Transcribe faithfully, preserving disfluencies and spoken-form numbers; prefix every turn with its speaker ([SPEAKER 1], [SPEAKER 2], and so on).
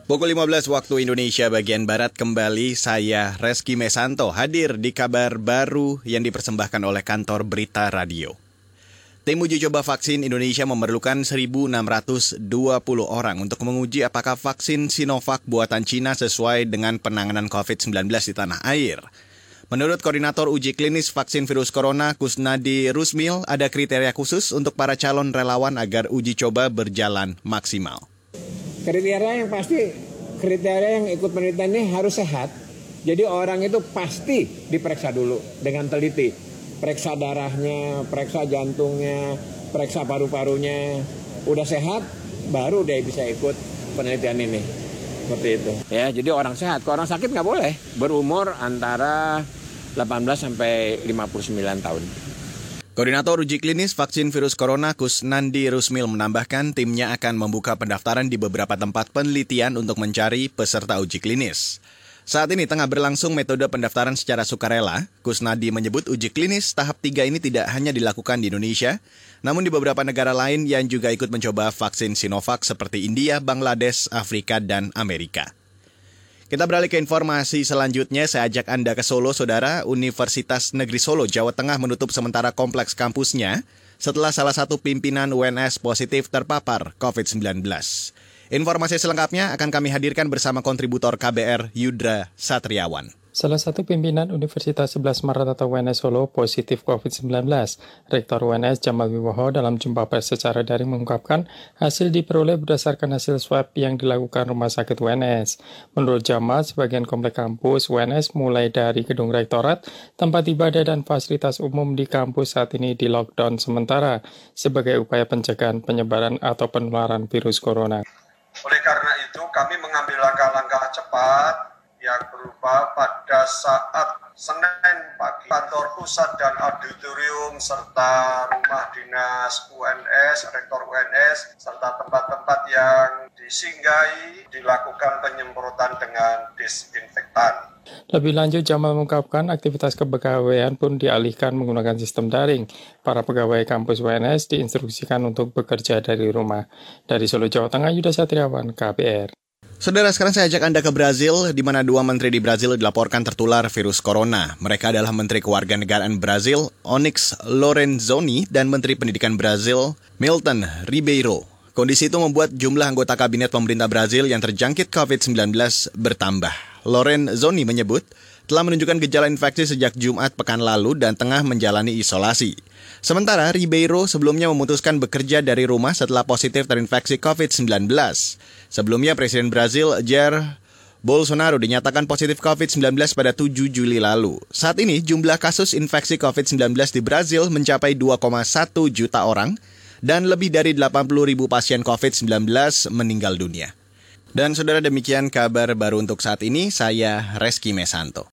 [SPEAKER 1] Pukul lima belas waktu Indonesia bagian Barat kembali, saya Reski Mesanto hadir di kabar baru yang dipersembahkan oleh kantor Berita Radio. Tim uji coba vaksin Indonesia memerlukan seribu enam ratus dua puluh orang untuk menguji apakah vaksin Sinovac buatan Cina sesuai dengan penanganan covid sembilan belas di tanah air. Menurut Koordinator Uji Klinis Vaksin Virus Corona, Kusnadi Rusmil, ada kriteria khusus untuk para calon relawan agar uji coba berjalan maksimal.
[SPEAKER 2] Kriteria yang pasti, kriteria yang ikut penelitian ini harus sehat. Jadi orang itu pasti diperiksa dulu dengan teliti. Periksa darahnya, periksa jantungnya, periksa paru-parunya. Udah sehat, baru dia bisa ikut penelitian ini. Seperti itu. Ya, jadi orang sehat. Kalau orang sakit nggak boleh. Berumur antara delapan belas sampai lima puluh sembilan tahun.
[SPEAKER 1] Koordinator Uji Klinis Vaksin Virus Corona Kusnandi Rusmil menambahkan timnya akan membuka pendaftaran di beberapa tempat penelitian untuk mencari peserta uji klinis. Saat ini tengah berlangsung metode pendaftaran secara sukarela. Kusnadi menyebut uji klinis tahap tiga ini tidak hanya dilakukan di Indonesia, namun di beberapa negara lain yang juga ikut mencoba vaksin Sinovac seperti India, Bangladesh, Afrika, dan Amerika. Kita beralih ke informasi selanjutnya. Saya ajak Anda ke Solo, Saudara. Universitas Negeri Solo, Jawa Tengah menutup sementara kompleks kampusnya setelah salah satu pimpinan U N S positif terpapar covid sembilan belas. Informasi selengkapnya akan kami hadirkan bersama kontributor K B R Yudra Satriawan.
[SPEAKER 3] Salah satu pimpinan Universitas sebelas Maret atau U N S Solo positif covid sembilan belas. Rektor U N S Jamal Wibowo dalam jumpa pers secara daring mengungkapkan hasil diperoleh berdasarkan hasil swab yang dilakukan Rumah Sakit U N S. Menurut Jamal, sebagian komplek kampus U N S mulai dari gedung rektorat, tempat ibadah dan fasilitas umum di kampus saat ini di lockdown sementara sebagai upaya pencegahan penyebaran atau penularan virus corona.
[SPEAKER 4] Oleh karena itu kami mengambil langkah-langkah cepat yang berupa pada saat Senin pagi kantor pusat dan auditorium serta rumah dinas U N S, rektor U N S, serta tempat-tempat yang disinggahi dilakukan penyemprotan dengan disinfektan.
[SPEAKER 3] Lebih lanjut, Jamal mengungkapkan aktivitas kepegawaian pun dialihkan menggunakan sistem daring. Para pegawai kampus U N S diinstruksikan untuk bekerja dari rumah. Dari Solo, Jawa Tengah, Yudha Satriawan, K B R.
[SPEAKER 1] Saudara, sekarang saya ajak Anda ke Brazil, di mana dua menteri di Brazil dilaporkan tertular virus corona. Mereka adalah Menteri Kewarganegaraan Brazil, Onyx Lorenzoni, dan Menteri Pendidikan Brazil, Milton Ribeiro. Kondisi itu membuat jumlah anggota kabinet pemerintah Brazil yang terjangkit covid sembilan belas bertambah. Lorenzoni menyebut telah menunjukkan gejala infeksi sejak Jumat pekan lalu dan tengah menjalani isolasi. Sementara Ribeiro sebelumnya memutuskan bekerja dari rumah setelah positif terinfeksi covid sembilan belas. Sebelumnya Presiden Brazil Jair Bolsonaro dinyatakan positif covid sembilan belas pada tujuh Juli lalu. Saat ini jumlah kasus infeksi covid sembilan belas di Brazil mencapai dua koma satu juta orang dan lebih dari delapan puluh ribu pasien covid sembilan belas meninggal dunia. Dan saudara, demikian kabar baru untuk saat ini. Saya Reski Mesanto.